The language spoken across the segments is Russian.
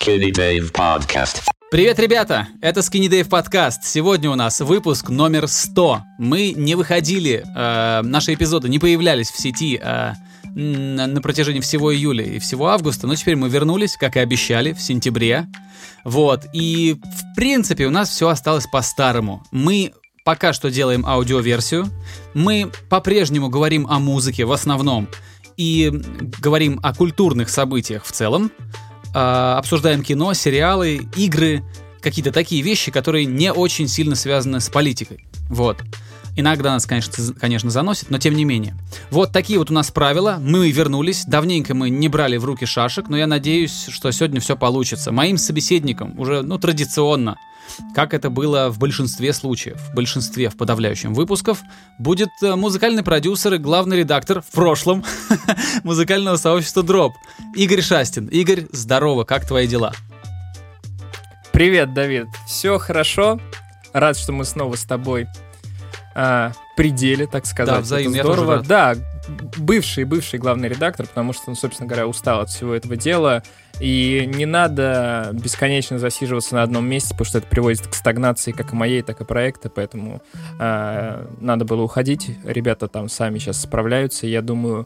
Skinny Dave Podcast. Привет, ребята! Это Skinny Dave Podcast. Сегодня у нас выпуск номер 100. Мы не выходили, наши эпизоды не появлялись в сети на протяжении всего июля и всего августа, но теперь мы вернулись, как и обещали, в сентябре. Вот, и в принципе у нас все осталось по-старому. Мы пока что делаем аудиоверсию, мы по-прежнему говорим о музыке в основном и говорим о культурных событиях в целом, обсуждаем кино, сериалы, игры, какие-то такие вещи, которые не очень сильно связаны с политикой. Вот. Иногда нас, конечно, заносит, но тем не менее. Вот такие вот у нас правила. Мы вернулись. Давненько мы не брали в руки шашек, но я надеюсь, что сегодня все получится. Моим собеседником уже, традиционно, как это было в большинстве случаев, в подавляющем выпусков, будет музыкальный продюсер и главный редактор в прошлом музыкального сообщества Drop Игорь Шастин. Игорь, здорово, как твои дела? Привет, Давид. Все хорошо. Рад, что мы снова с тобой пределе, так сказать. Да, взаимно, это здорово. Я тоже рад. Да, бывший главный редактор, потому что он, собственно говоря, устал от всего этого дела. И не надо бесконечно засиживаться на одном месте, потому что это приводит к стагнации как и моей, так и проекта, поэтому надо было уходить. Ребята там сами сейчас справляются. Я думаю,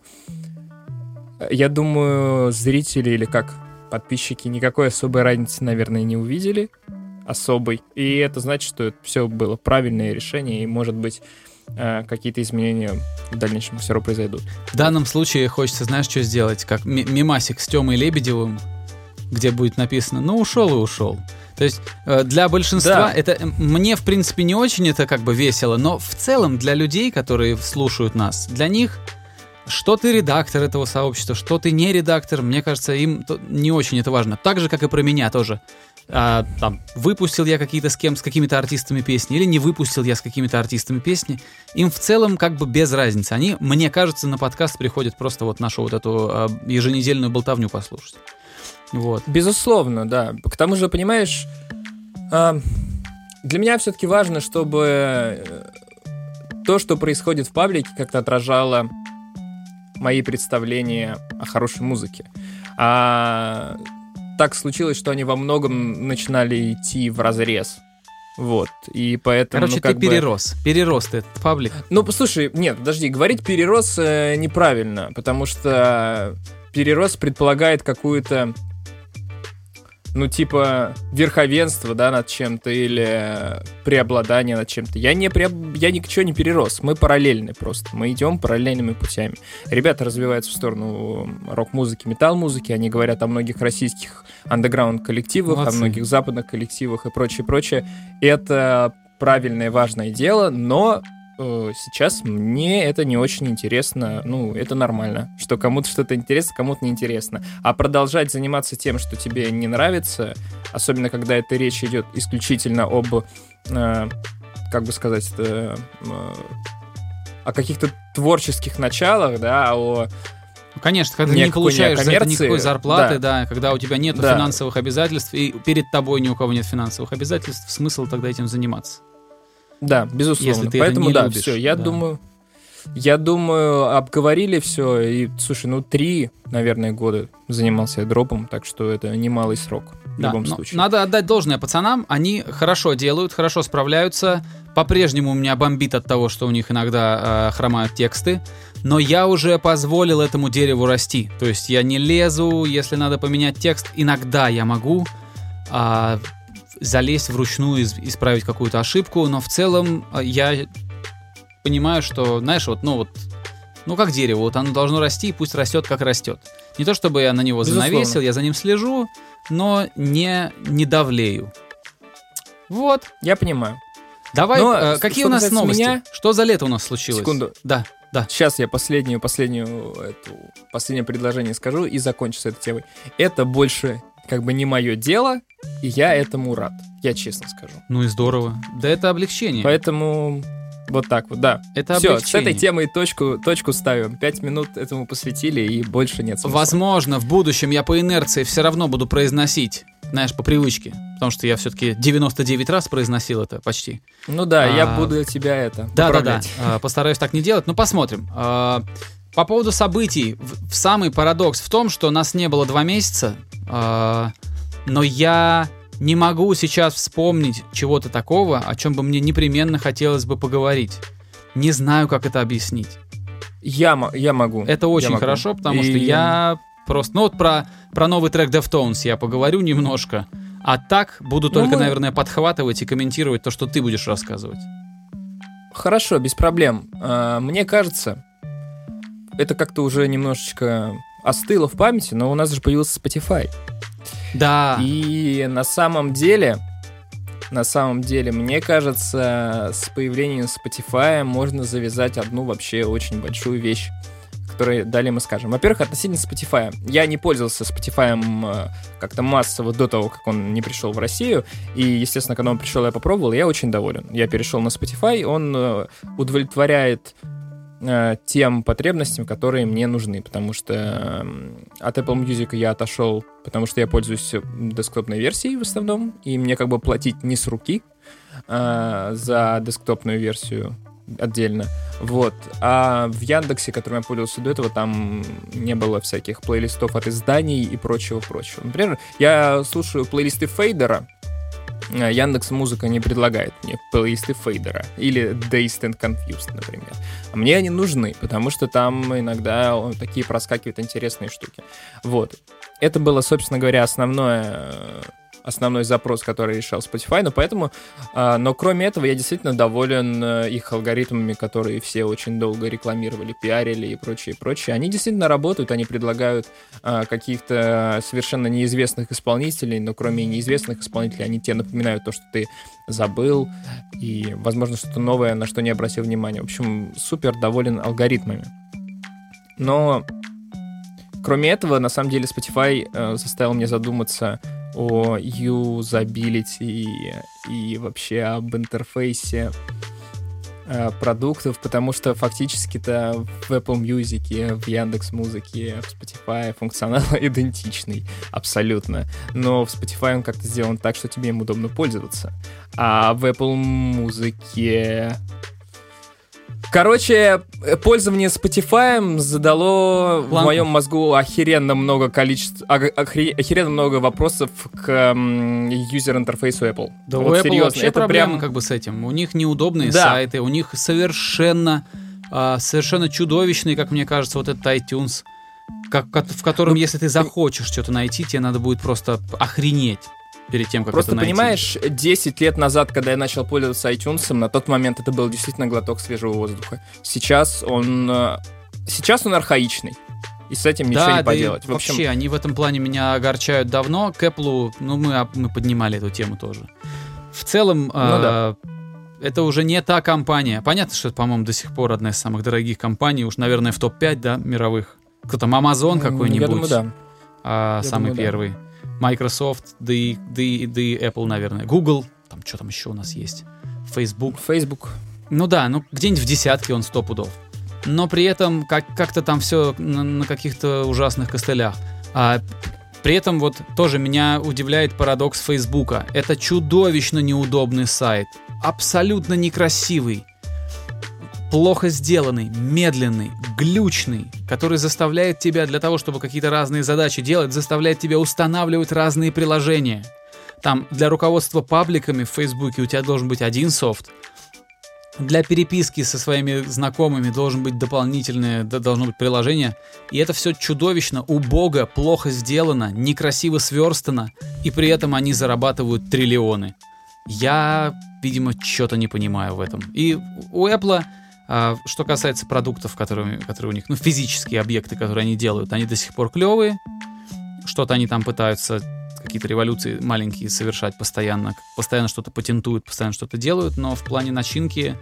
зрители или как подписчики никакой особой разницы, наверное, не увидели. Особый. И это значит, что это все было правильное решение, и, может быть, какие-то изменения в дальнейшем все равно произойдут. В данном случае хочется, знаешь, что сделать? Как мемасик с Тёмой Лебедевым, где будет написано ушел и ушел». То есть для большинства это мне, в принципе, не очень это как бы весело, но в целом для людей, которые слушают нас, для них, что ты редактор этого сообщества, что ты не редактор, мне кажется, им не очень это важно. Так же, как и про меня тоже. Выпустил я с какими-то артистами песни или не выпустил я с какими-то артистами песни, им в целом как бы без разницы. Они, мне кажется, на подкаст приходят просто вот нашу вот эту еженедельную болтовню послушать. Вот. Безусловно, да. К тому же, понимаешь, для меня все-таки важно, чтобы то, что происходит в паблике, как-то отражало мои представления о хорошей музыке. Так случилось, что они во многом начинали идти вразрез. Вот. И поэтому... Короче, ты перерос ты этот паблик. Послушай, нет, подожди, говорить перерос неправильно, потому что перерос предполагает какую-то, верховенство, да, над чем-то или преобладание над чем-то. Я ничего не перерос, мы параллельны просто, мы идем параллельными путями. Ребята развиваются в сторону рок-музыки, метал-музыки, они говорят о многих российских андеграунд-коллективах, молодцы, о многих западных коллективах и прочее. Это правильное, важное дело, но сейчас мне это не очень интересно. Это нормально, что кому-то что-то интересно, кому-то неинтересно. А продолжать заниматься тем, что тебе не нравится, особенно когда это речь идет исключительно об, о каких-то творческих началах, да, Конечно, когда ты не получаешь за это никакой зарплаты, да, когда у тебя нет финансовых обязательств, и перед тобой ни у кого нет финансовых обязательств, смысл тогда этим заниматься? Да, безусловно. Если ты поэтому это не любишь, все, я думаю, обговорили все, и, слушай, 3, наверное, года занимался я дропом, так что это немалый срок в любом случае. Надо отдать должное пацанам, они хорошо делают, хорошо справляются, по-прежнему меня бомбит от того, что у них иногда хромают тексты, но я уже позволил этому дереву расти, то есть я не лезу, если надо поменять текст, иногда я могу залезть вручную, исправить какую-то ошибку, но в целом я понимаю, что, знаешь, как дерево, вот оно должно расти, пусть растет, как растет. Не то чтобы я на него занавесил, я за ним слежу, но не давлею. Вот. Я понимаю. Давай, какие у нас новости? Что за лето у нас случилось? Секунду. Да. Сейчас я последнее предложение скажу и закончу с этой темой. Это больше не мое дело, и я этому рад. Я честно скажу. И здорово. Да это облегчение. Поэтому вот так вот, да. Это все, облегчение. С этой темой точку ставим. 5 минут этому посвятили, и больше нет смысла. Возможно, в будущем я по инерции все равно буду произносить, знаешь, по привычке. Потому что я все-таки 99 раз произносил это почти. Я буду тебя поправлять. Да. Постараюсь так не делать, но посмотрим. По поводу событий, самый парадокс в том, что нас не было 2 месяца. но я не могу сейчас вспомнить чего-то такого, о чем бы мне непременно хотелось бы поговорить. Не знаю, как это объяснить. Я могу. Это очень хорошо, потому что я просто... Ну вот про новый трек Deftones я поговорю немножко, а так буду только, наверное, подхватывать и комментировать то, что ты будешь рассказывать. Хорошо, без проблем. Мне кажется, это как-то уже немножечко остыло в памяти, но у нас же появился Spotify. Да. И на самом деле, мне кажется, с появлением Spotify можно завязать одну вообще очень большую вещь, которую далее мы скажем. Во-первых, относительно Spotify. Я не пользовался Spotify как-то массово до того, как он не пришел в Россию. И, естественно, когда он пришел, я попробовал, и я очень доволен. Я перешел на Spotify, он удовлетворяет тем потребностям, которые мне нужны, потому что от Apple Music я отошел, потому что я пользуюсь десктопной версией в основном, и мне как бы платить не с руки за десктопную версию отдельно. Вот. А в Яндексе, которым я пользовался до этого, там не было всяких плейлистов от изданий и прочего-прочего. Например, я слушаю плейлисты Фейдера. Яндекс.Музыка не предлагает мне плейлисты Фейдера или Dazed and Confused, например. А мне они нужны, потому что там иногда такие проскакивают интересные штуки. Вот. Это было, собственно говоря, основной запрос, который решал Spotify, но кроме этого я действительно доволен их алгоритмами, которые все очень долго рекламировали, пиарили и прочее. Они действительно работают, они предлагают каких-то совершенно неизвестных исполнителей, но кроме неизвестных исполнителей они тебе напоминают то, что ты забыл, и, возможно, что-то новое, на что не обратил внимания. В общем, супер доволен алгоритмами. Но кроме этого, на самом деле, Spotify заставил меня задуматься о юзабилити и вообще об интерфейсе продуктов, потому что фактически-то в Apple Music, в Яндекс.Музыке, в Spotify функционал идентичный абсолютно. Но в Spotify он как-то сделан так, что тебе им удобно пользоваться. А в Apple Music... Короче, пользование Spotify задало в моем мозгу охеренно много вопросов к юзер-интерфейсу Apple. Да, вот у Apple серьезно, вообще это проблемы прям... как бы с этим. У них неудобные сайты, у них совершенно чудовищный, как мне кажется, вот этот iTunes, в котором, если ты захочешь что-то найти, тебе надо будет просто охренеть перед тем, как просто это найти. Понимаешь, 10 лет назад, когда я начал пользоваться iTunes, на тот момент это был действительно глоток свежего воздуха. Сейчас он архаичный. И с этим ничего не поделать. В общем, вообще, они в этом плане меня огорчают давно. К Apple, мы поднимали эту тему тоже. В целом, это уже не та компания. Понятно, что это, по-моему, до сих пор одна из самых дорогих компаний. Уж, наверное, в топ-5, да, мировых. Кто там, Amazon какой-нибудь. Я думаю, да. Самый первый. Да. Microsoft, да и Apple, наверное. Google, там что там еще у нас есть? Facebook. Ну да, где-нибудь в десятке он 100 пудов. Но при этом как-то там все на каких-то ужасных костылях. При этом вот тоже меня удивляет парадокс Фейсбука. Это чудовищно неудобный сайт. Абсолютно некрасивый. Плохо сделанный, медленный, глючный, который заставляет тебя для того, чтобы какие-то разные задачи делать, заставляет тебя устанавливать разные приложения. Там для руководства пабликами в Фейсбуке у тебя должен быть один софт. Для переписки со своими знакомыми должно быть приложение. И это все чудовищно, убого, плохо сделано, некрасиво сверстано, и при этом они зарабатывают триллионы. Я, видимо, что-то не понимаю в этом. И у Apple... что касается продуктов, которые у них, физические объекты, которые они делают, они до сих пор клевые. Что-то они там пытаются, какие-то революции маленькие совершать постоянно что-то патентуют, постоянно что-то делают, но в плане начинки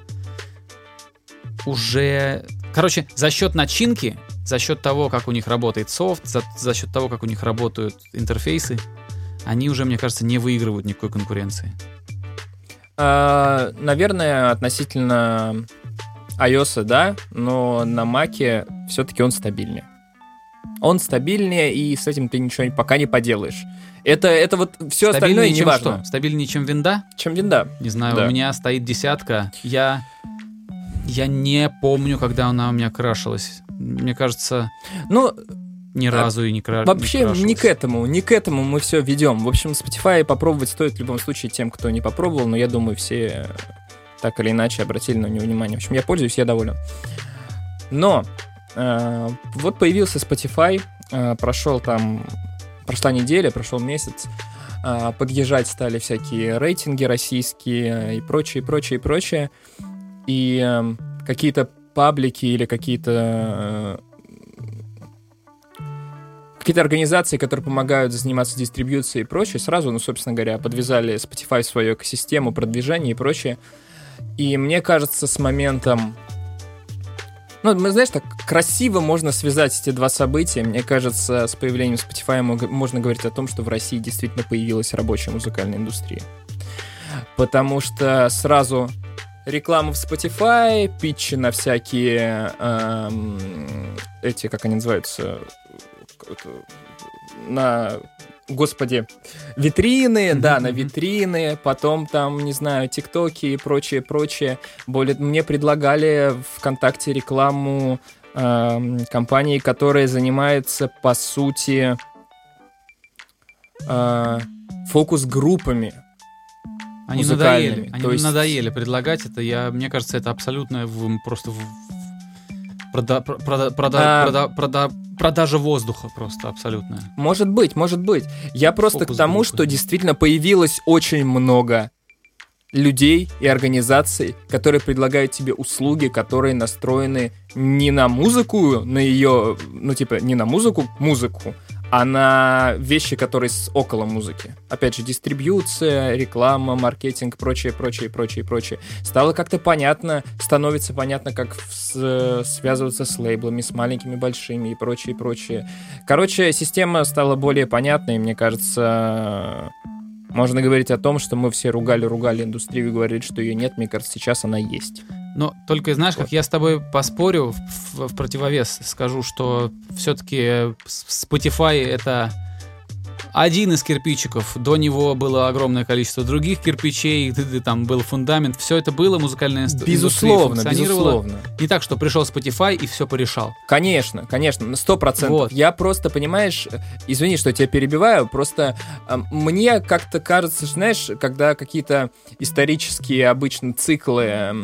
уже... Короче, за счет начинки, за счет того, как у них работает софт, за счет того, как у них работают интерфейсы, они уже, мне кажется, не выигрывают никакой конкуренции. Наверное, относительно iOS, да, но на Mac'е все-таки он стабильнее. Он стабильнее, и с этим ты ничего пока не поделаешь. Это вот все остальное не важно. Что? Стабильнее, чем винда? Чем винда. Не знаю, да. У меня стоит 10. Я не помню, когда она у меня крашилась. Мне кажется... Ни разу и не Вообще не к этому мы все ведем. В общем, Spotify попробовать стоит в любом случае тем, кто не попробовал, но я думаю, все так или иначе обратили на него внимание. В общем, я пользуюсь, я доволен. Но вот появился Spotify, прошла неделя, прошел месяц, подъезжать стали всякие рейтинги российские и прочее. И какие-то паблики или какие-то организации, которые помогают заниматься дистрибьюцией и прочее, сразу, собственно говоря, подвязали Spotify в свою экосистему продвижения и прочее. И мне кажется, с моментом... знаешь, так красиво можно связать эти два события. Мне кажется, с появлением Spotify можно говорить о том, что в России действительно появилась рабочая музыкальная индустрия. Потому что сразу реклама в Spotify, питчи на всякие... эти, как они называются... витрины, на витрины, потом там, не знаю, тиктоки и прочее. Мне предлагали ВКонтакте рекламу компании, которая занимается, по сути, фокус-группами. Они надоели предлагать это. Мне кажется, это абсолютно просто продажа воздуха просто абсолютная. Может быть. Я просто к тому, что действительно появилось очень много людей и организаций, которые предлагают тебе услуги, которые настроены не на музыку, не на музыку, а на вещи, которые около музыки. Опять же, дистрибьюция, реклама, маркетинг, прочее. Стало как-то становится понятно, как связываться с лейблами, с маленькими, большими и прочее. Короче, система стала более понятной, мне кажется... Можно говорить о том, что мы все ругали индустрию и говорили, что ее нет. Мне кажется, сейчас она есть. Но только, знаешь, как я с тобой поспорю, в противовес скажу, что все-таки Spotify — это один из кирпичиков. До него было огромное количество других кирпичей, там был фундамент. Все это было, музыкальная индустрия функционировала. Не так, что пришел Spotify и все порешал. Конечно, 100%. Вот. Я просто, понимаешь, извини, что я тебя перебиваю, просто мне как-то кажется, знаешь, когда какие-то исторические обычно циклы...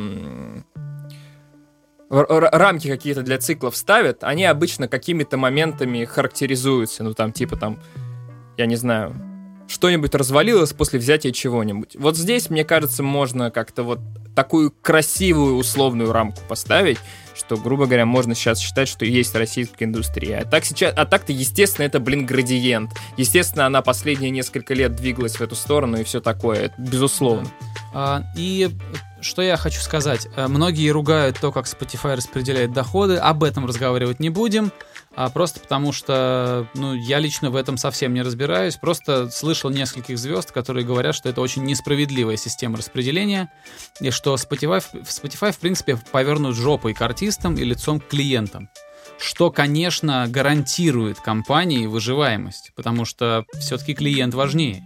рамки какие-то для циклов ставят, они обычно какими-то моментами характеризуются. Я не знаю, что-нибудь развалилось после взятия чего-нибудь. Вот здесь, мне кажется, можно как-то вот такую красивую условную рамку поставить, что, грубо говоря, можно сейчас считать, что есть российская индустрия. А так-то, естественно, это, градиент. Естественно, она последние несколько лет двигалась в эту сторону и все такое. Это безусловно. И что я хочу сказать. Многие ругают то, как Spotify распределяет доходы. Об этом разговаривать не будем. Просто потому что, я лично в этом совсем не разбираюсь. Просто слышал нескольких звезд, которые говорят, что это очень несправедливая система распределения, и что Spotify, в принципе, повернут жопой к артистам и лицом к клиентам. Что, конечно, гарантирует компании выживаемость, потому что все-таки клиент важнее.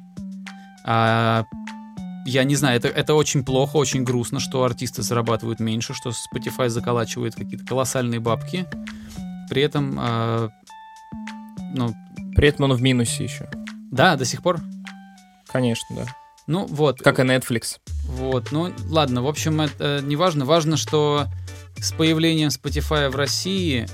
Я не знаю, это очень плохо, очень грустно, что артисты зарабатывают меньше, что Spotify заколачивает какие-то колоссальные бабки. При этом, При этом он в минусе еще. Да, до сих пор? Конечно, да. Вот. Как и Netflix. Вот, ладно, в общем, это не важно. Важно, что с появлением Spotify в России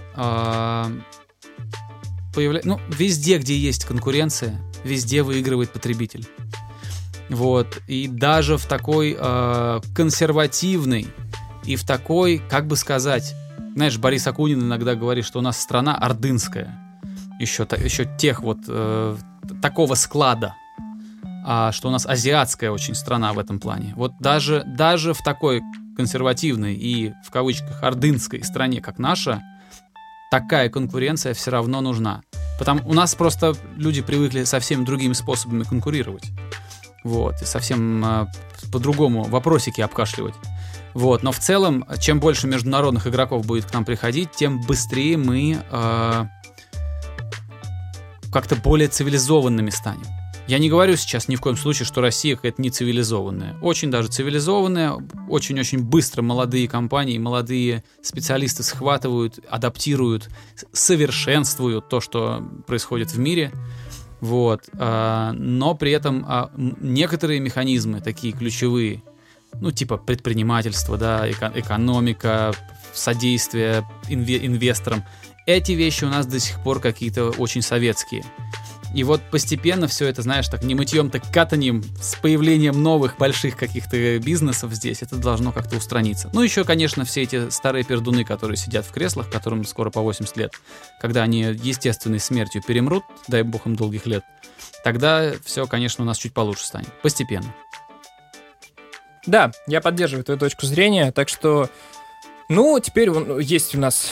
везде, где есть конкуренция, везде выигрывает потребитель. Вот, и даже в такой консервативной и в такой, как бы сказать... Знаешь, Борис Акунин иногда говорит, что у нас страна ордынская. Еще тех такого склада. Что у нас азиатская очень страна в этом плане. Вот даже в такой консервативной и, в кавычках, ордынской стране, как наша, такая конкуренция все равно нужна. У нас просто люди привыкли совсем другими способами конкурировать. Вот, и совсем по-другому вопросики обкашливать. Вот, но в целом, чем больше международных игроков будет к нам приходить, тем быстрее мы как-то более цивилизованными станем. Я не говорю сейчас ни в коем случае, что Россия какая-то нецивилизованная. Очень даже цивилизованная, очень-очень быстро молодые компании, молодые специалисты схватывают, адаптируют, совершенствуют то, что происходит в мире. Вот. Но при этом некоторые механизмы, такие ключевые, ну, типа предпринимательство, да, экономика, содействие инвесторам, эти вещи у нас до сих пор какие-то очень советские. И вот постепенно все это, знаешь, так не мытьем, так катаньем, с появлением новых больших каких-то бизнесов здесь, это должно как-то устраниться. Ну, еще, конечно, все эти старые пердуны, которые сидят в креслах, которым скоро по 80 лет, когда они естественной смертью перемрут, дай бог им долгих лет, тогда все, конечно, у нас чуть получше станет. Постепенно. Да, я поддерживаю твою точку зрения, так что, ну, теперь есть у нас,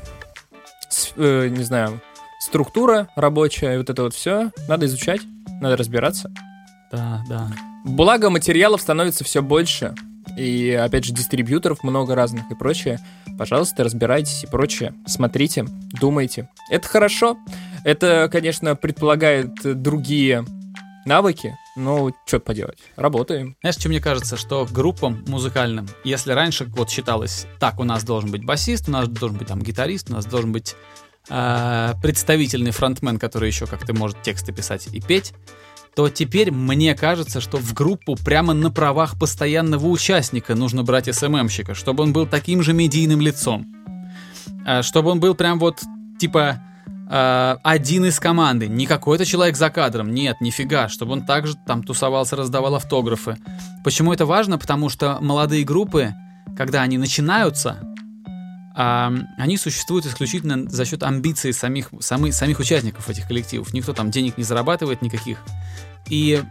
не знаю, структура рабочая, и вот это вот все надо изучать, надо разбираться. Да, да. Благо материалов становится все больше, и, опять же, дистрибьюторов много разных и прочее. Пожалуйста, разбирайтесь и прочее, смотрите, думайте. Это хорошо, это, конечно, предполагает другие навыки, но что поделать, работаем. Знаешь, что мне кажется, что группам музыкальным, если раньше вот считалось, так, у нас должен быть басист, у нас должен быть там гитарист, у нас должен быть представительный фронтмен, который еще как-то может тексты писать и петь, то теперь мне кажется, что в группу прямо на правах постоянного участника нужно брать СММщика, чтобы он был таким же медийным лицом. Чтобы он был прям вот, типа, один из команды, не какой-то человек за кадром, нет, нифига, чтобы он также там тусовался, раздавал автографы. Почему это важно? Потому что молодые группы, когда они начинаются, они существуют исключительно за счет амбиций самих участников этих коллективов. Никто там денег не зарабатывает никаких. И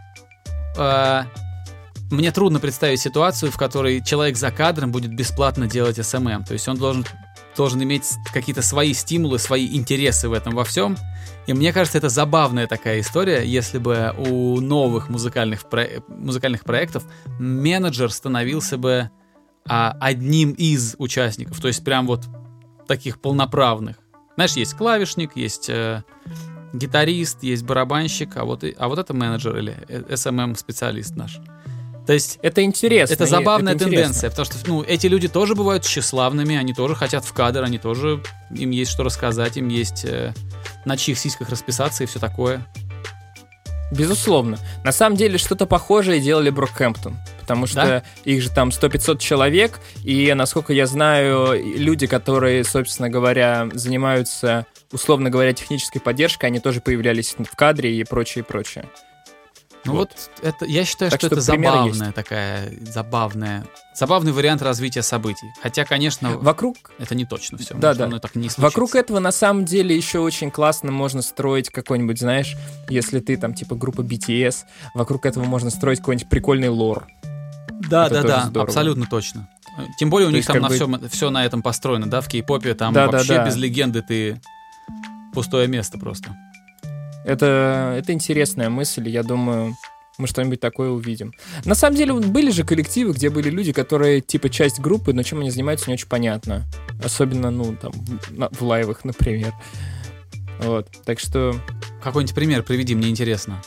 мне трудно представить ситуацию, в которой человек за кадром будет бесплатно делать СММ. То есть он должен иметь какие-то свои стимулы, свои интересы в этом во всем. И мне кажется, это забавная такая история, если бы у новых музыкальных проектов менеджер становился бы одним из участников, то есть прям вот таких полноправных. Знаешь, есть клавишник, есть гитарист, есть барабанщик, а вот это менеджер или SMM-специалист наш. То есть это интересно. Это забавная тенденция, потому что эти люди тоже бывают тщеславными, они тоже хотят в кадр, они тоже, им есть что рассказать, им есть на чьих сиськах расписаться и все такое. Безусловно. На самом деле что-то похожее делали Брокхэмптон, потому что их же там 100-500 человек, и, насколько я знаю, люди, которые, собственно говоря, занимаются, условно говоря, технической поддержкой, они тоже появлялись в кадре и прочее, прочее. Ну вот это, я считаю, что это забавная такая, забавный вариант развития событий. Хотя, конечно, это не точно все. Да. Так не случится. Вокруг этого, на самом деле, еще очень классно можно строить какой-нибудь, знаешь, если ты там типа группа BTS, вокруг этого можно строить какой-нибудь прикольный лор. Да, абсолютно точно. Тем более у них там все на этом построено, да, в кей-попе там вообще без легенды ты пустое место просто. Это интересная мысль, я думаю, мы что-нибудь такое увидим. На самом деле, были же коллективы, где были люди, которые типа часть группы, но чем они занимаются, не очень понятно. Особенно, там, в лайвах, например. Вот, так что... Какой-нибудь пример приведи, мне интересно.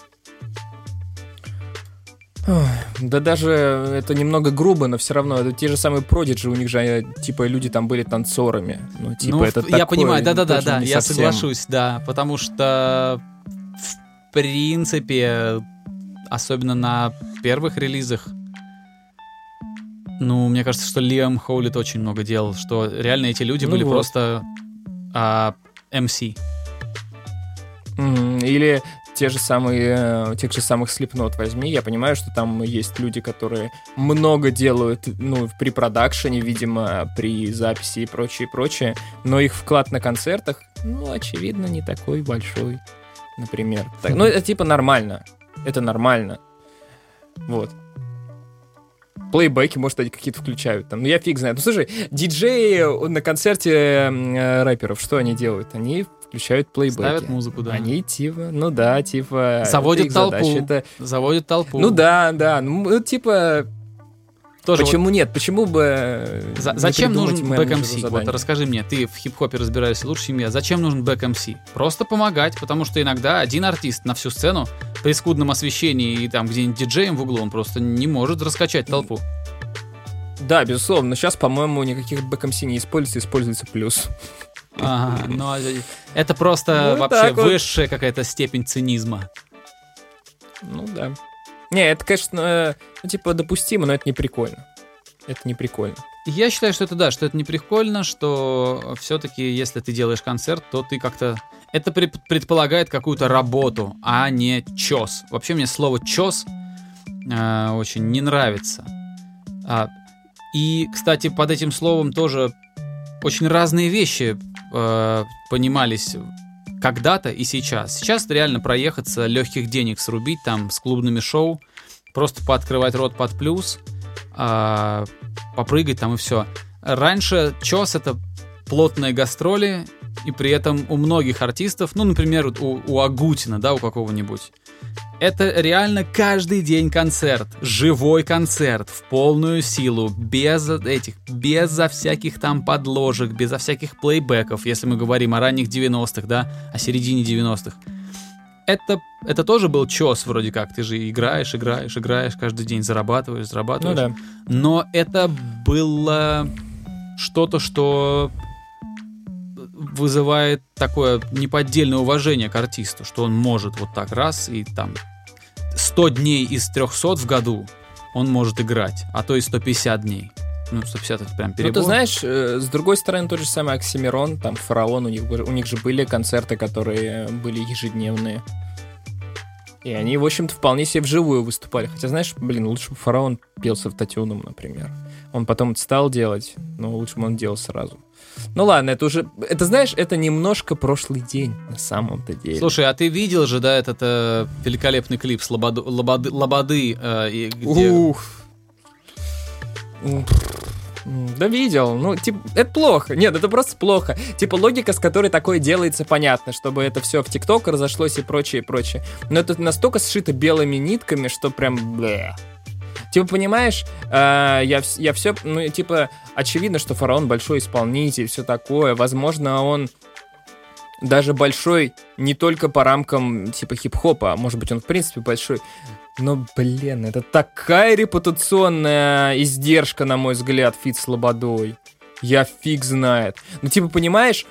Да даже это немного грубо, но все равно это те же самые Prodigy, у них же типа люди там были танцорами. Это такое, я понимаю, да, я совсем... соглашусь, да, потому что в принципе, особенно на первых релизах, мне кажется, что Лиам Хоулит очень много делал, что реально эти люди были просто MC. Или тех же самых Slipknot возьми. Я понимаю, что там есть люди, которые много делают, при продакшене, видимо, при записи и прочее, но их вклад на концертах, очевидно, не такой большой, например. Это типа нормально. Это нормально. Вот. Плейбеки, может, они какие-то включают там. Я фиг знает. Слушай, диджеи на концерте рэперов, что они делают? Они включают плейбеки. Ставят музыку, да. Они Заводят толпу. Заводят толпу. тоже Почему нет? Почему бы зачем нужен бэк-МС? Вот задание? расскажи мне, ты в хип-хопе разбираешься лучше, чем я. Зачем нужен бэк-МС? Просто помогать, потому что иногда один артист на всю сцену при скудном освещении и там где-нибудь диджеем в углу, он просто не может раскачать толпу. Да, безусловно. Но сейчас, по-моему, никаких бэк-МС не используется плюс. Ага, но это просто вообще высшая какая-то степень цинизма. Ну да. Не, это, конечно, типа допустимо, но это не прикольно. Это не прикольно. Я считаю, что это да, что это не прикольно, что все-таки, если ты делаешь концерт, то ты как-то... Это предполагает какую-то работу, а не чёс. Вообще мне слово чёс очень не нравится. И, кстати, под этим словом тоже очень разные вещи понимались когда-то и сейчас. Сейчас реально проехаться, легких денег срубить там с клубными шоу, просто пооткрывать рот под плюс, попрыгать там и все. Раньше чёс — это плотные гастроли, и при этом у многих артистов, ну, например, у Агутина, да, у какого-нибудь, это реально каждый день концерт, живой концерт, в полную силу, без всяких там подложек, безо всяких плейбеков, если мы говорим о ранних 90-х, да, о середине 90-х. Это тоже был чёс вроде как, ты же играешь, каждый день зарабатываешь. Ну да. Но это было что-то, что вызывает такое неподдельное уважение к артисту, что он может вот так раз и там 100 дней из 300 в году он может играть, а то и 150 дней. Ну, 150 это прям перебор. Ну, ты знаешь, с другой стороны, тот же самый Оксимирон, там, Фараон, у них же были концерты, которые были ежедневные. И они, в общем-то, вполне себе вживую выступали. Хотя, знаешь, лучше бы Фараон пел с автотюном, например. Он потом это стал делать, но лучше бы он делал сразу. Ну ладно, это уже... Это, знаешь, это немножко прошлый день, на самом-то деле. Слушай, а ты видел же, да, этот великолепный клип с Лободы, где... Да видел, ну, типа, это плохо. Нет, это просто плохо. Типа, логика, с которой такое делается, понятно, чтобы это все в ТикТок разошлось и прочее. Но это настолько сшито белыми нитками, что прям... Бля. Типа, понимаешь, я все... Ну, типа, очевидно, что Фараон большой исполнитель, все такое. Возможно, он даже большой не только по рамкам, типа, хип-хопа, а может быть, он, в принципе, большой. Но, блин, это такая репутационная издержка, на мой взгляд, фит с Лободой. Я фиг знает. Ну, типа, понимаешь,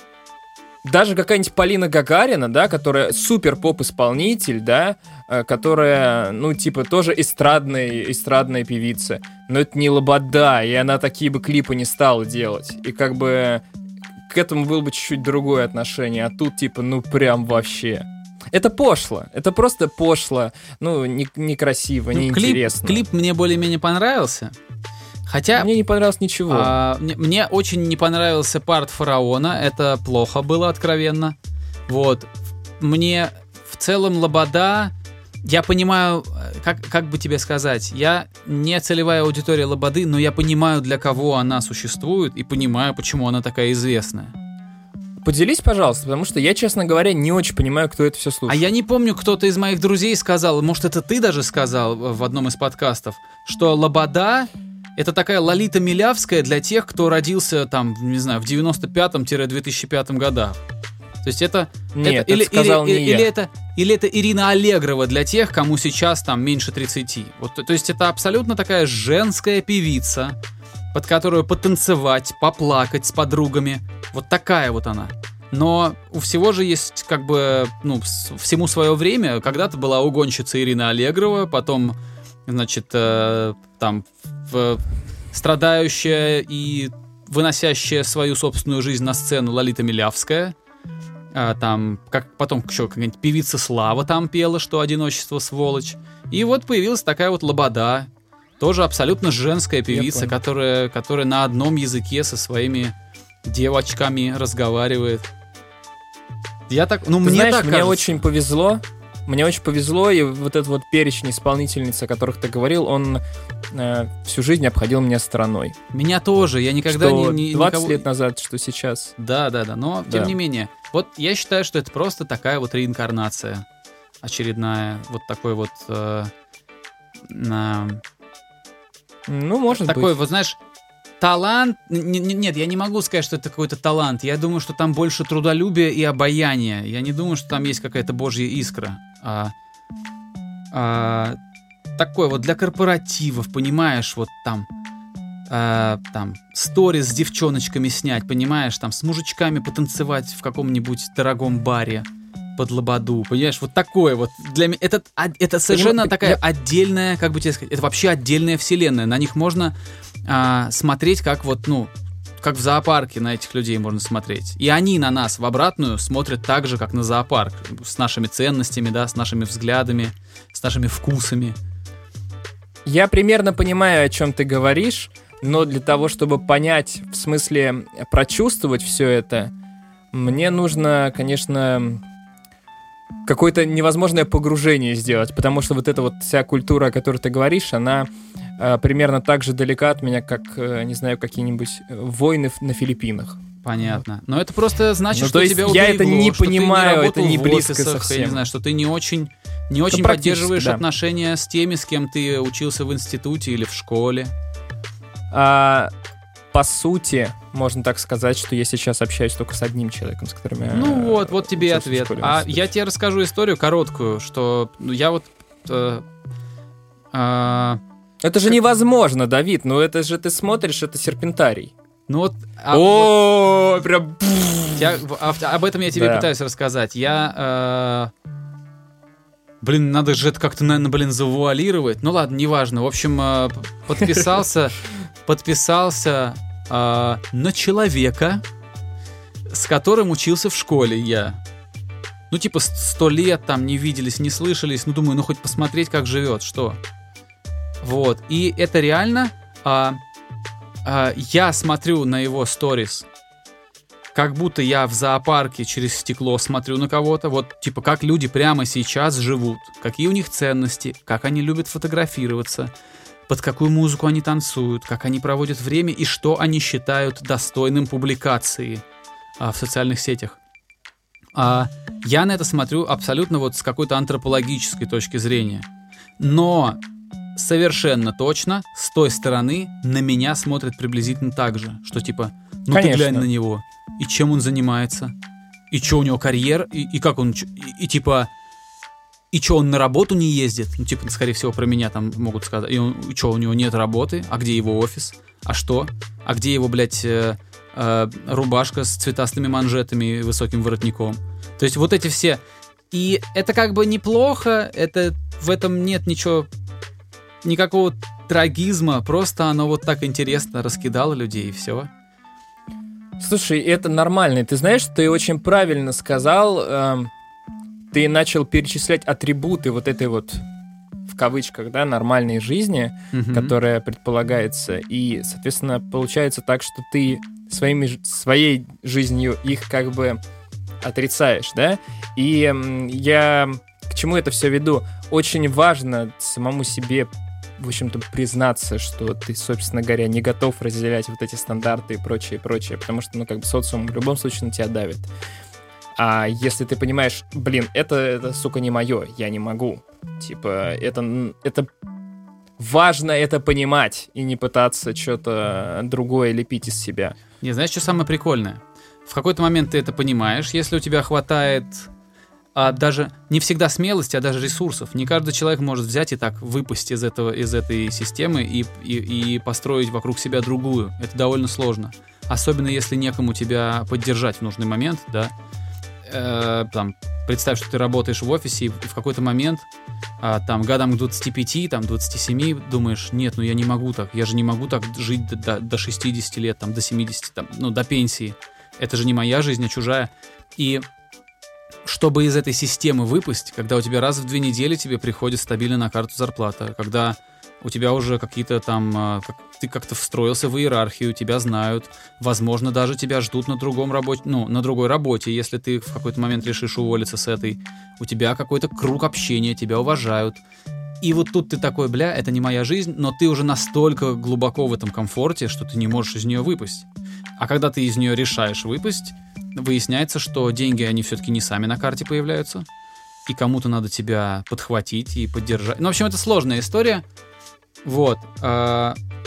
даже какая-нибудь Полина Гагарина, да, которая супер поп-исполнитель, да, которая, ну, типа, тоже эстрадная певица, но это не Лобода, и она такие бы клипы не стала делать. И как бы к этому было бы чуть-чуть другое отношение, а тут, типа, ну, прям вообще... Это пошло, это просто пошло, ну, некрасиво, неинтересно. Клип мне более-менее понравился, хотя... Мне не понравилось ничего. Мне очень не понравился парт Фараона, это плохо было, откровенно. Вот. Мне в целом Лобода... Я понимаю, как бы тебе сказать, я не целевая аудитория Лободы, но я понимаю, для кого она существует, и понимаю, почему она такая известная. Поделись, пожалуйста, потому что я, честно говоря, не очень понимаю, кто это все слушает. А я не помню, кто-то из моих друзей сказал, может, это ты даже сказал в одном из подкастов, что Лобода — это такая Лолита Милявская для тех, кто родился там, не знаю, в 95-2005 годах. То есть это... Нет, это сказал не я. Или это Ирина Аллегрова для тех, кому сейчас там меньше 30. Вот, то есть это абсолютно такая женская певица, под которую потанцевать, поплакать с подругами. Вот такая вот она. Но у всего же есть как бы, ну, всему свое время. Когда-то была угонщица Ирина Аллегрова, потом, значит, там страдающая и выносящая свою собственную жизнь на сцену Лолита Милявская. Там, потом еще какая-нибудь певица Слава там пела, что «Одиночество, сволочь». И вот появилась такая вот Лобода. Тоже абсолютно женская певица, которая на одном языке со своими девочками разговаривает. Я так, ну, ты мне знаешь, так мне кажется. Мне очень повезло, и вот этот вот перечень исполнительниц, о которых ты говорил, он всю жизнь обходил меня стороной. Меня тоже, я никогда что не 20 лет назад, что сейчас. Да, но тем не менее. Вот я считаю, что это просто такая вот реинкарнация очередная, вот такой вот Ну, может такой, быть. вот знаешь, талант. Нет, я не могу сказать, что это какой-то талант. Я думаю, что там больше трудолюбия и обаяния. Я не думаю, что там есть какая-то божья искра. Такой вот для корпоративов, понимаешь, вот там сторис с девчоночками снять, понимаешь, там с мужичками потанцевать в каком-нибудь дорогом баре под лободу, понимаешь, вот такое вот. Для меня это совершенно такая отдельная, как бы тебе сказать, это вообще отдельная вселенная. На них можно смотреть как вот, ну, как в зоопарке на этих людей можно смотреть. И они на нас в обратную смотрят так же, как на зоопарк, с нашими ценностями, да, с нашими взглядами, с нашими вкусами. Я примерно понимаю, о чем ты говоришь, но для того, чтобы понять, в смысле прочувствовать все это, мне нужно, конечно, какое-то невозможное погружение сделать, потому что вот эта вот вся культура, о которой ты говоришь, она примерно так же далека от меня, как, не знаю, какие-нибудь войны на Филиппинах. Понятно. Но это просто значит, что то есть тебя я уберегло, это не что понимаю, ты не это не в близко офисах, совсем. Я не знаю, что ты не очень поддерживаешь отношения с теми, с кем ты учился в институте или в школе. По сути, можно так сказать, что я сейчас общаюсь только с одним человеком, с которым я... Ну вот тебе и ответ. А я тебе расскажу историю короткую, что я вот... Это же невозможно, Давид, ну это же ты смотришь, это серпентарий. Ну вот... Прям... Об этом я тебе пытаюсь рассказать. Надо же это как-то, наверное, завуалировать. Ну ладно, неважно. В общем, подписался на человека, с которым учился в школе я. Ну, типа, 100 лет там не виделись, не слышались. Ну, думаю, хоть посмотреть, как живет, что. Вот. И это реально... я смотрю на его сторис, как будто я в зоопарке через стекло смотрю на кого-то. Вот, типа, как люди прямо сейчас живут, какие у них ценности, как они любят фотографироваться, под какую музыку они танцуют, как они проводят время и что они считают достойным публикации в социальных сетях. Я на это смотрю абсолютно вот с какой-то антропологической точки зрения. Но совершенно точно с той стороны на меня смотрят приблизительно так же, что типа, ну Конечно. Ты глянь на него, и чем он занимается, и что у него карьера, и как он, и типа, и что он на работу не ездит, ну типа, скорее всего, про меня там могут сказать, и что у него нет работы, а где его офис, а что, а где его, блядь, рубашка с цветастыми манжетами и высоким воротником. То есть вот эти все, и это как бы неплохо, в этом нет никакого трагизма, просто оно вот так интересно раскидало людей, и все. Слушай, это нормально. Ты знаешь, ты очень правильно сказал. Ты начал перечислять атрибуты вот этой вот, в кавычках, да, нормальной жизни, которая предполагается. И, соответственно, получается так, что ты своей жизнью их как бы отрицаешь, да? И я к чему это все веду? Очень важно самому себе, в общем-то, признаться, что ты, собственно говоря, не готов разделять вот эти стандарты и прочее, потому что, ну, как бы социум в любом случае на тебя давит. А если ты понимаешь, блин, это сука, не мое, я не могу. Типа, это важно это понимать и не пытаться что-то другое лепить из себя. Не, знаешь, что самое прикольное? В какой-то момент ты это понимаешь, если у тебя хватает... даже не всегда смелости, а даже ресурсов. Не каждый человек может взять и так выпасть из этой системы и построить вокруг себя другую. Это довольно сложно. Особенно если некому тебя поддержать в нужный момент, да. Представь, что ты работаешь в офисе, и в какой-то момент годам к 25, 27 думаешь, нет, я не могу так. Я же не могу так жить до 60 лет, до 70, до пенсии. Это же не моя жизнь, а чужая. И чтобы из этой системы выпасть, когда у тебя раз в 2 недели тебе приходит стабильно на карту зарплата, когда у тебя уже какие-то ты как-то встроился в иерархию, тебя знают, возможно, даже тебя ждут на другой работе, если ты в какой-то момент решишь уволиться с этой, у тебя какой-то круг общения, тебя уважают. И вот тут ты такой, это не моя жизнь, но ты уже настолько глубоко в этом комфорте, что ты не можешь из нее выпасть. А когда ты из нее решаешь выпасть, выясняется, что деньги, они все-таки не сами на карте появляются, и кому-то надо тебя подхватить и поддержать. Ну, в общем, это сложная история. Вот.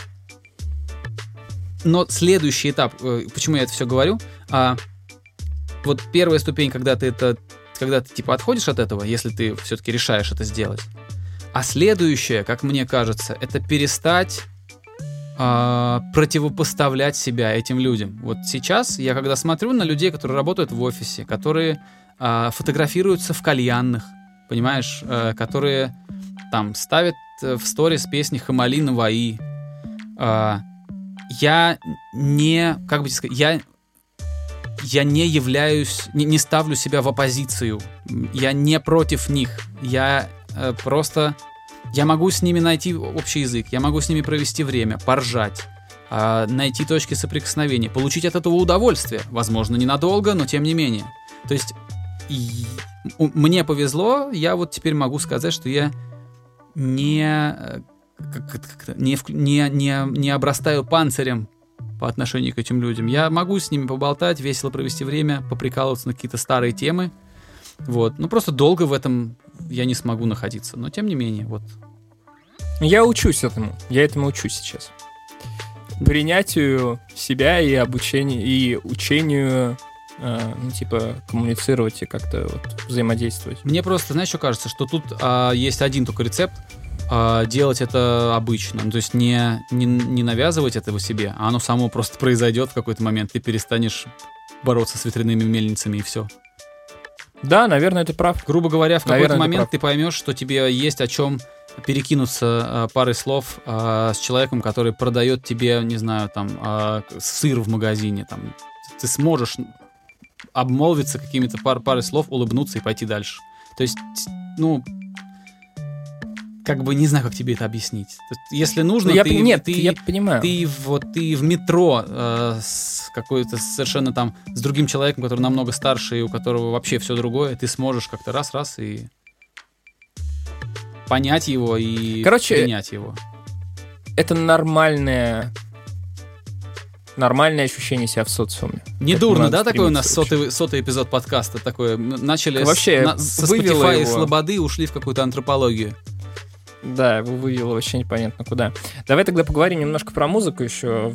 Но следующий этап, почему я это все говорю, вот первая ступень, когда ты типа отходишь от этого, если ты все-таки решаешь это сделать. А следующее, как мне кажется, это перестать противопоставлять себя этим людям. Вот сейчас я когда смотрю на людей, которые работают в офисе, которые фотографируются в кальянных, понимаешь, которые там ставят в сторис песни Хамали Наваи. Я не, как бы сказать, я не являюсь, не ставлю себя в оппозицию. Я не против них. Я могу с ними найти общий язык, я могу с ними провести время, поржать, найти точки соприкосновения, получить от этого удовольствие. Возможно, ненадолго, но тем не менее. То есть мне повезло, я вот теперь могу сказать, что я не обрастаю панцирем по отношению к этим людям. Я могу с ними поболтать, весело провести время, поприкалываться на какие-то старые темы. Вот. Ну, просто долго в этом я не смогу находиться. Но, тем не менее, вот. Я учусь этому. Я этому учусь сейчас. Принятию себя и обучению, и учению, коммуницировать и как-то вот взаимодействовать. Мне просто, знаешь, что кажется, что тут есть один только рецепт. Делать это обычно. Ну, то есть не навязывать этого себе, а оно само просто произойдет в какой-то момент. Ты перестанешь бороться с ветряными мельницами, и все. Да, наверное, ты прав. Грубо говоря, в какой-то момент ты поймешь, что тебе есть о чем перекинуться парой слов с человеком, который продает тебе, не знаю, там, сыр в магазине. Там. Ты сможешь обмолвиться какими-то парой слов, улыбнуться и пойти дальше. То есть, ну, как бы не знаю, как тебе это объяснить. Если нужно, я понимаю. Ты в метро с какой-то совершенно там с другим человеком, который намного старше и у которого вообще все другое, ты сможешь как-то раз и понять его и принять его. Это нормальное ощущение себя в социуме. Недурно, да, такой у нас сотый эпизод подкаста такой. Начали со Spotify и Слободы, ушли в какую-то антропологию. Да, его вывело вообще непонятно куда. Давай тогда поговорим немножко про музыку еще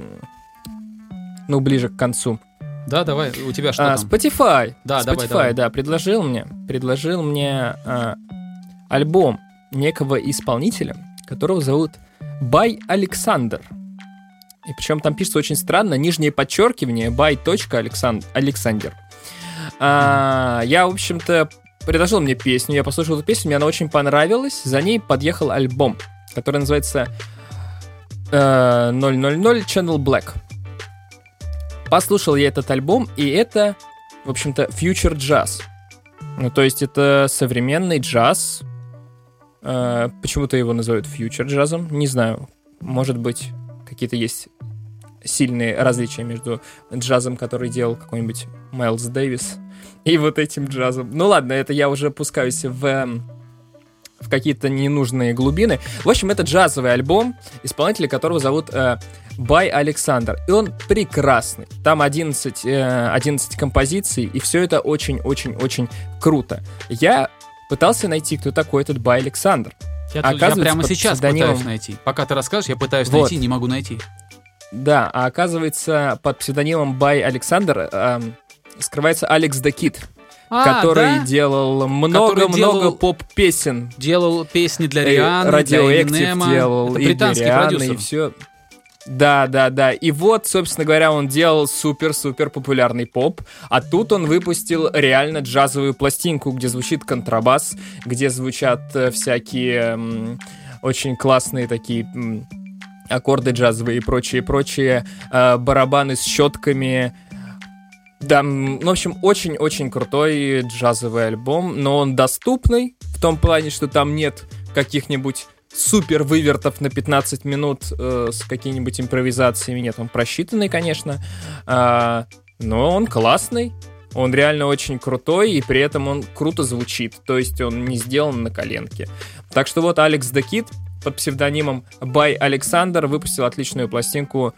ближе к концу. Да, давай, у тебя что там? Spotify. Да, Spotify, давай. Предложил мне альбом некого исполнителя, которого зовут By Alexander. И причем там пишется очень странно, нижнее подчеркивание by.Alexander. Я, в общем-то, предложил мне песню, я послушал эту песню, мне она очень понравилась, за ней подъехал альбом, который называется 000 Channel Black. Послушал я этот альбом, и это, в общем-то, future jazz. Ну, то есть это современный джаз. Почему-то его называют future джазом, не знаю, может быть, какие-то есть сильные различия между джазом, который делал какой-нибудь Майлз Дэвис, и вот этим джазом. Ну ладно, это я уже опускаюсь в какие-то ненужные глубины. В общем, это джазовый альбом, исполнителя которого зовут By Alexander. И он прекрасный. Там 11 композиций, и все это очень-очень-очень круто. Я пытался найти, кто такой этот By Alexander. Я прямо сейчас пытаюсь найти. Пока ты расскажешь, я пытаюсь найти, не могу найти. Да, а оказывается, под псевдонимом By Alexander скрывается Алекс the Kid, который делал много поп-песен. Делал песни для Рианны, для Эминема. Делал, это британский продюсер. И все. Да. И вот, собственно говоря, он делал супер-супер популярный поп, а тут он выпустил реально джазовую пластинку, где звучит контрабас, где звучат всякие очень классные такие аккорды джазовые и прочие, барабаны с щетками. Да, в общем, очень-очень крутой джазовый альбом, но он доступный в том плане, что там нет каких-нибудь супер вывертов на 15 минут с какими-нибудь импровизациями. Нет, он просчитанный, конечно, но он классный, он реально очень крутой, и при этом он круто звучит, то есть он не сделан на коленке. Так что вот Алекс the Kid под псевдонимом By Alexander выпустил отличную пластинку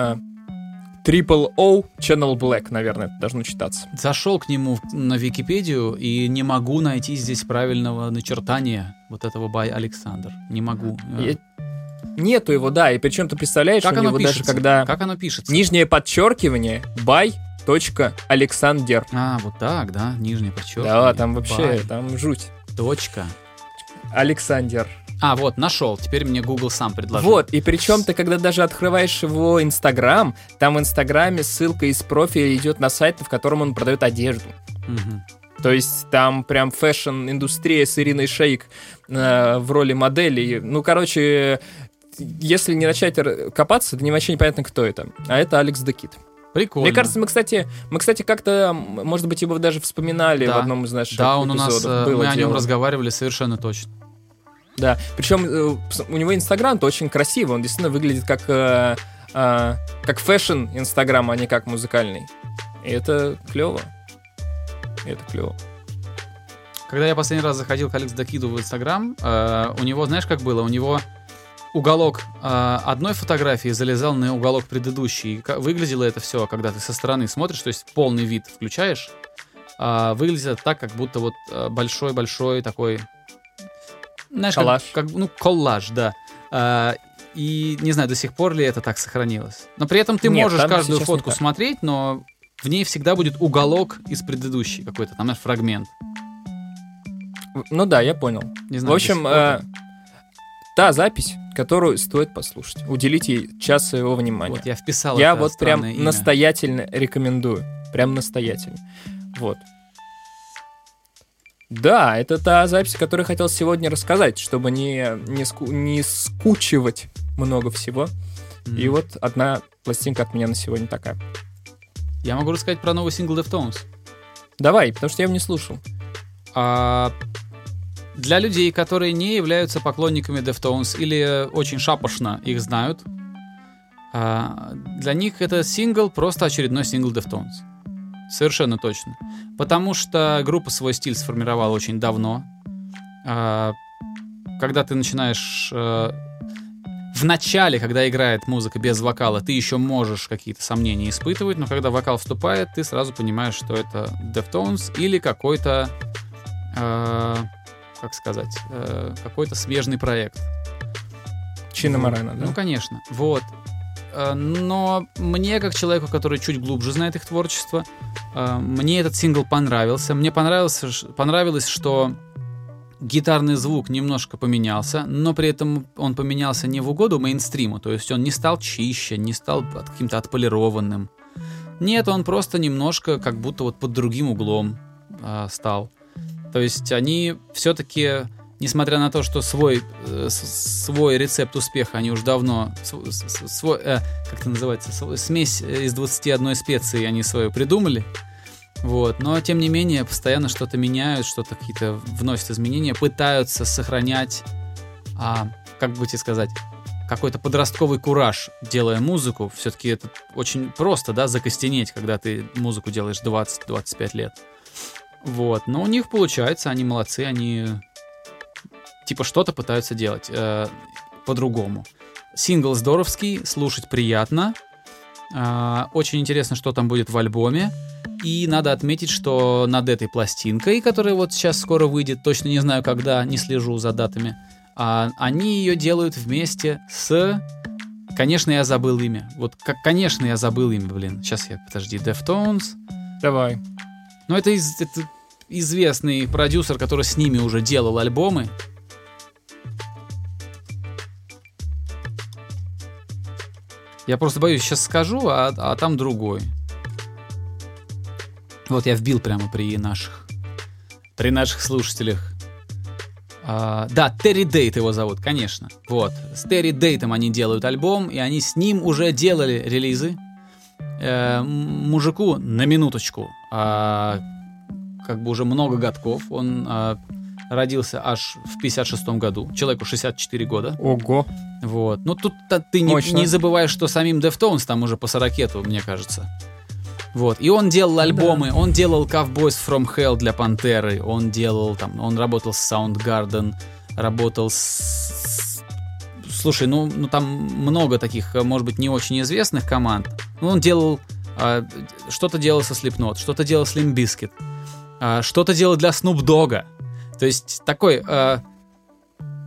O Channel Black, наверное, это должно читаться. Зашел к нему на Википедию и не могу найти здесь правильного начертания вот этого By Alexander. Не могу. Нету его, да, и причем ты представляешь, Как у оно него пишется? даже когда Как оно пишется? нижнее подчеркивание by.Александр. Вот так, да, нижнее подчеркивание. Да, там вообще, Бай. там жуть. Точка. Александр. Вот, нашел. Теперь мне Google сам предложил. Вот, и причем ты, когда даже открываешь его Инстаграм, там в Инстаграме ссылка из профиля идет на сайт, в котором он продает одежду. Мгм. То есть там прям фэшн-индустрия с Ириной Шейк в роли модели. Ну, короче, если не начать копаться, то вообще непонятно, кто это. А это Алекс the Kid. Прикольно. Мне кажется, мы, кстати, как-то, может быть, его даже вспоминали Да. в одном из наших Да, он у нас, эпизодов. Было мы о нем дело. разговаривали совершенно точно. Да, причем у него Инстаграм-то очень красивый, он действительно выглядит как фэшн Инстаграм, а не как музыкальный. И это клево. Это клево. Когда я последний раз заходил к Алекс Дакиду в Инстаграм, у него, знаешь, как было? У него уголок одной фотографии залезал на уголок предыдущей. Выглядело это все, когда ты со стороны смотришь, то есть полный вид включаешь, выглядит это так, как будто вот большой-большой такой... Знаешь, Коллаж. Коллаж, да. И не знаю, до сих пор ли это так сохранилось. Но при этом ты Нет, можешь там каждую сейчас фотку не так. смотреть, но в ней всегда будет уголок из предыдущей какой-то, там, знаешь, фрагмент. Ну да, я понял. Не знаю, В общем, до сих пор так. та запись, которую стоит послушать. Уделите ей час своего внимания. Вот я вписал Я это вот прям странное имя. настоятельно рекомендую. Прям настоятельно. Вот. Да, это та запись, которую я хотел сегодня рассказать, чтобы не скучивать много всего. Мгм. И вот одна пластинка от меня на сегодня такая. Я могу рассказать про новый сингл Deftones. Давай, потому что я его не слушал. Для людей, которые не являются поклонниками Deftones или очень шапошно их знают, для них это сингл просто очередной сингл Deftones. Совершенно точно. Потому что группа свой стиль сформировала очень давно. Когда ты начинаешь... В начале, когда играет музыка без вокала, ты еще можешь какие-то сомнения испытывать, но когда вокал вступает, ты сразу понимаешь, что это Deftones или какой-то... как сказать? Какой-то смежный проект. Чино Морено, да? Ну, конечно. Вот. Но мне, как человеку, который чуть глубже знает их творчество, мне этот сингл понравился. Мне понравилось, что гитарный звук немножко поменялся, но при этом он поменялся не в угоду мейнстриму, то есть он не стал чище, не стал каким-то отполированным. Нет, он просто немножко как будто вот под другим углом стал. То есть они все-таки, несмотря на то, что свой рецепт успеха они уж давно, как это называется, смесь из 21 специи они свою придумали, вот, но тем не менее постоянно что-то меняют, что-то какие-то вносят изменения, пытаются сохранять, как бы тебе сказать, какой-то подростковый кураж, делая музыку. Все-таки это очень просто, да, закостенеть, когда ты музыку делаешь 20-25 лет. Вот, но у них получается, они молодцы, они типа что-то пытаются делать по-другому. Сингл здоровский, слушать приятно. Очень интересно, что там будет в альбоме. И надо отметить, что над этой пластинкой, которая вот сейчас скоро выйдет, точно не знаю когда, не слежу за датами, они ее делают вместе с... Конечно, я забыл имя. Вот, конечно, я забыл имя, блин. Сейчас подожди, Deftones. Давай. Ну, это известный продюсер, который с ними уже делал альбомы. Я просто боюсь, сейчас скажу, а там другой. Вот я вбил прямо при наших слушателях. Да, Терри Дейт его зовут, конечно. Вот. С Терри Дейтом они делают альбом, и они с ним уже делали релизы. Мужику, на минуточку, как бы уже много годков. Он родился аж в 56-м году. Человеку 64 года. Ого. Вот. Ну, тут ты не забываешь, что самим Deftones там уже по 40-ту, мне кажется. Вот. И он делал альбомы, он делал Cowboys from Hell для Пантеры, он работал с Soundgarden, работал с... Слушай, ну там много таких, может быть, не очень известных команд. Ну, он делал... что-то делал со Slipknot, что-то делал с Limp Bizkit, что-то делал для Snoop Dogga. То есть такой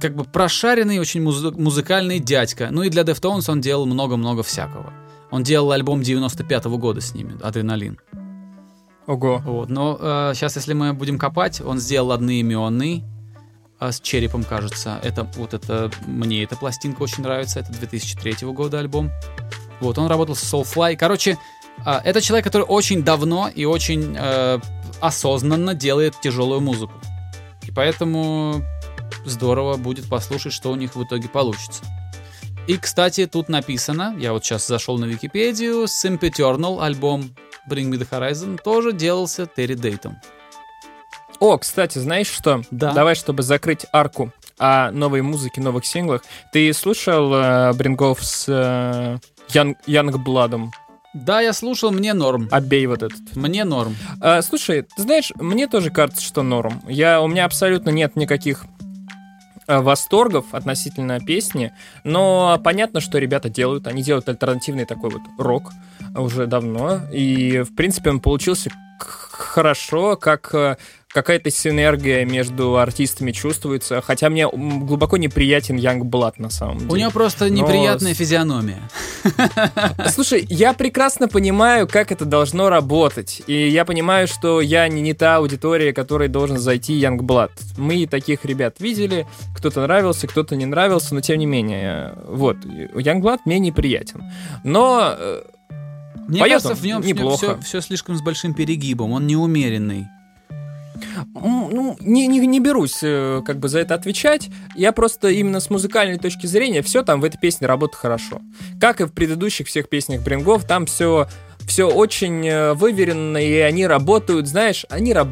как бы прошаренный, очень музыкальный дядька. Ну и для Deftones он делал много-много всякого. Он делал альбом 95-го года с ними, «Адреналин». Ого. Вот. Но сейчас, если мы будем копать, он сделал одноименный с черепом, кажется. Мне эта пластинка очень нравится. Это 2003 года альбом. Вот, он работал с Soulfly. Короче, это человек, который очень давно и очень осознанно делает тяжелую музыку. И поэтому здорово будет послушать, что у них в итоге получится. И, кстати, тут написано, я вот сейчас зашел на Википедию, Sempiternal, альбом Bring Me The Horizon, тоже делался Терри Дейтом. О, кстати, знаешь что? Да. Давай, чтобы закрыть арку о новой музыке, новых синглах. Ты слушал Брингов с Youngblood'ом? Да, я слушал, мне норм. Обей вот этот. Мне норм. Слушай, ты знаешь, мне тоже кажется, что норм. У меня абсолютно нет никаких восторгов относительно песни, но понятно, что ребята делают. Они делают альтернативный такой вот рок уже давно, и, в принципе, он получился хорошо, как какая-то синергия между артистами чувствуется, хотя мне глубоко неприятен Youngblood на самом деле. У него просто неприятная физиономия. Слушай, я прекрасно понимаю, как это должно работать, и я понимаю, что я не та аудитория, которой должен зайти Youngblood. Мы таких ребят видели, кто-то нравился, кто-то не нравился, но тем не менее, вот, Youngblood мне неприятен. Но мне кажется, в нем все слишком с большим перегибом, он неумеренный. Ну, не берусь как бы за это отвечать. Я просто именно с музыкальной точки зрения все там в этой песне работает хорошо. Как и в предыдущих всех песнях Брингов, там все очень выверено, и они работают, знаешь,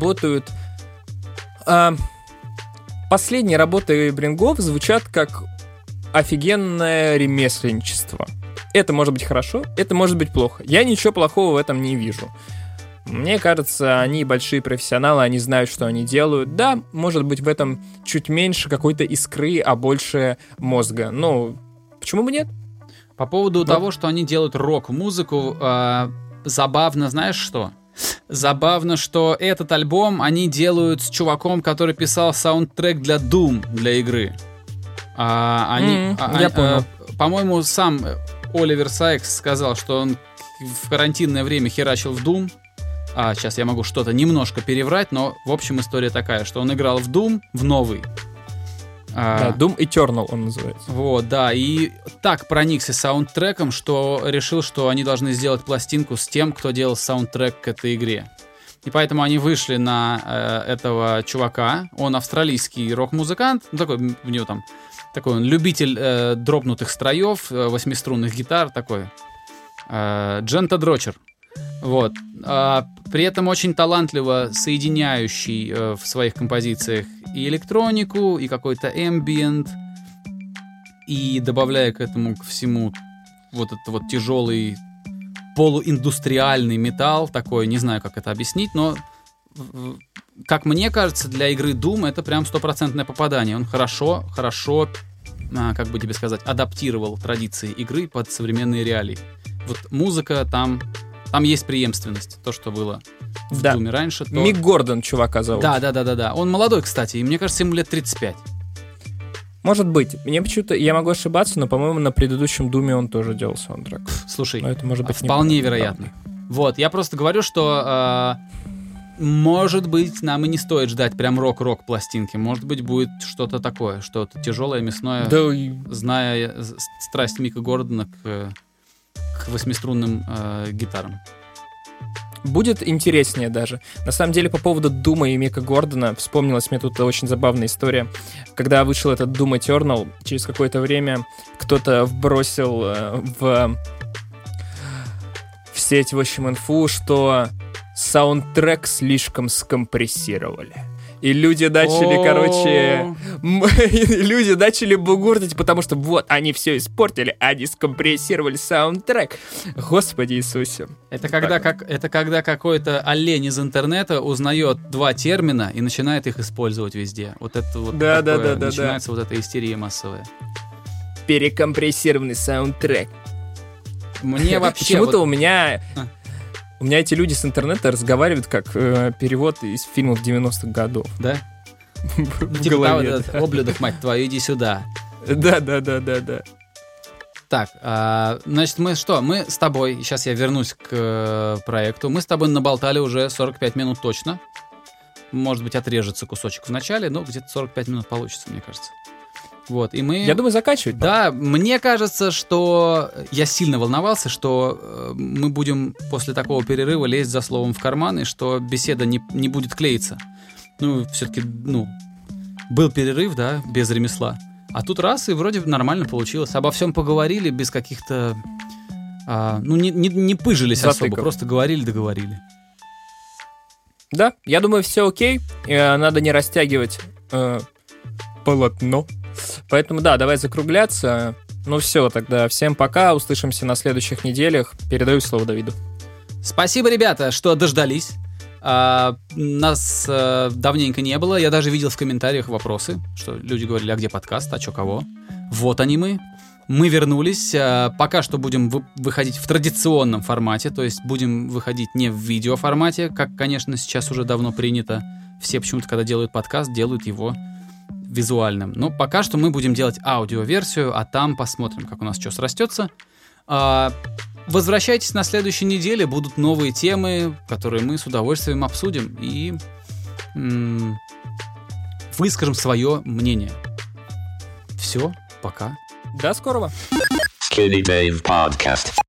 последние работы Брингов звучат как офигенное ремесленничество. Это может быть хорошо, это может быть плохо. Я ничего плохого в этом не вижу. Мне кажется, они большие профессионалы, они знают, что они делают. Да, может быть, в этом чуть меньше какой-то искры, а больше мозга. Ну, почему бы нет? По поводу того, что они делают рок-музыку, забавно, знаешь что? Забавно, что этот альбом они делают с чуваком, который писал саундтрек для Doom, для игры. Я понял. По-моему, сам Оливер Сайкс сказал, что он в карантинное время херачил в Doom. Сейчас я могу что-то немножко переврать, но в общем история такая, что он играл в Doom, в новый. Да, Doom Eternal он называется. Вот, да, и так проникся саундтреком, что решил, что они должны сделать пластинку с тем, кто делал саундтрек к этой игре. И поэтому они вышли на этого чувака. Он австралийский рок-музыкант, ну, такой, у него там такой он любитель дропнутых строев, восьмиструнных гитар, такой Джента Дрочер. Вот. При этом очень талантливо соединяющий в своих композициях и электронику, и какой-то ambient, и добавляя к этому ко всему вот этот вот тяжелый полуиндустриальный металл такой, не знаю, как это объяснить, но как мне кажется, для игры Doom это прям стопроцентное попадание. Он хорошо, как бы тебе сказать, адаптировал традиции игры под современные реалии. Вот музыка там есть преемственность, то, что было в Думе раньше. То... Мик Гордон чувака зовут. Да. Он молодой, кстати, и мне кажется, ему лет 35. Может быть. Мне почему-то, я могу ошибаться, но, по-моему, на предыдущем Думе он тоже делал саундтрек. Слушай, это может быть вполне вероятно. Вот, я просто говорю, что может быть, нам и не стоит ждать прям рок-рок пластинки. Может быть, будет что-то такое, что-то тяжелое, мясное, зная страсть Мика Гордона к восьмиструнным гитарам. Будет интереснее даже. На самом деле, по поводу Дума и Мика Гордона, вспомнилась мне тут очень забавная история. Когда вышел этот Doom Eternal, через какое-то время кто-то вбросил в сеть, в общем, инфу, что саундтрек слишком скомпрессировали. И люди начали, люди начали бугуртить, потому что вот, они все испортили, они скомпрессировали саундтрек. Господи Иисусе. Это когда какой-то олень из интернета узнает два термина и начинает их использовать везде. Вот это вот начинается вот эта истерия массовая. Перекомпрессированный саундтрек. Мне вообще... Почему-то у меня эти люди с интернета разговаривают как перевод из фильмов 90-х годов. Да? в Типа, голове. Облюдов, мать твою, иди сюда. Да. Так, значит, мы что? Мы с тобой, сейчас я вернусь к проекту, мы с тобой наболтали уже 45 минут точно. Может быть, отрежется кусочек в начале, но где-то 45 минут получится, мне кажется. Вот, и мы... Я думаю, заканчивать. Да, мне кажется, что я сильно волновался, что мы будем после такого перерыва лезть за словом в карман, и что беседа не будет клеиться. Ну, все-таки, был перерыв, да, без ремесла. А тут раз, и вроде нормально получилось. Обо всем поговорили без каких-то... не пыжились Затыков. особо, просто говорили. Да, я думаю, все окей. Надо не растягивать полотно. Поэтому, да, давай закругляться. Ну все, тогда всем пока. Услышимся на следующих неделях. Передаю слово Давиду. Спасибо, ребята, что дождались. Нас давненько не было. Я даже видел в комментариях вопросы, что люди говорили, а где подкаст, а чё кого? Вот они мы. Мы вернулись. Пока что будем выходить в традиционном формате, то есть будем выходить не в видеоформате, как, конечно, сейчас уже давно принято. Все почему-то, когда делают подкаст, делают его визуальным. Но пока что мы будем делать аудиоверсию, а там посмотрим, как у нас что срастется. Возвращайтесь на следующей неделе, будут новые темы, которые мы с удовольствием обсудим и выскажем свое мнение. Все, пока. До скорого. Skinny Dave Podcast.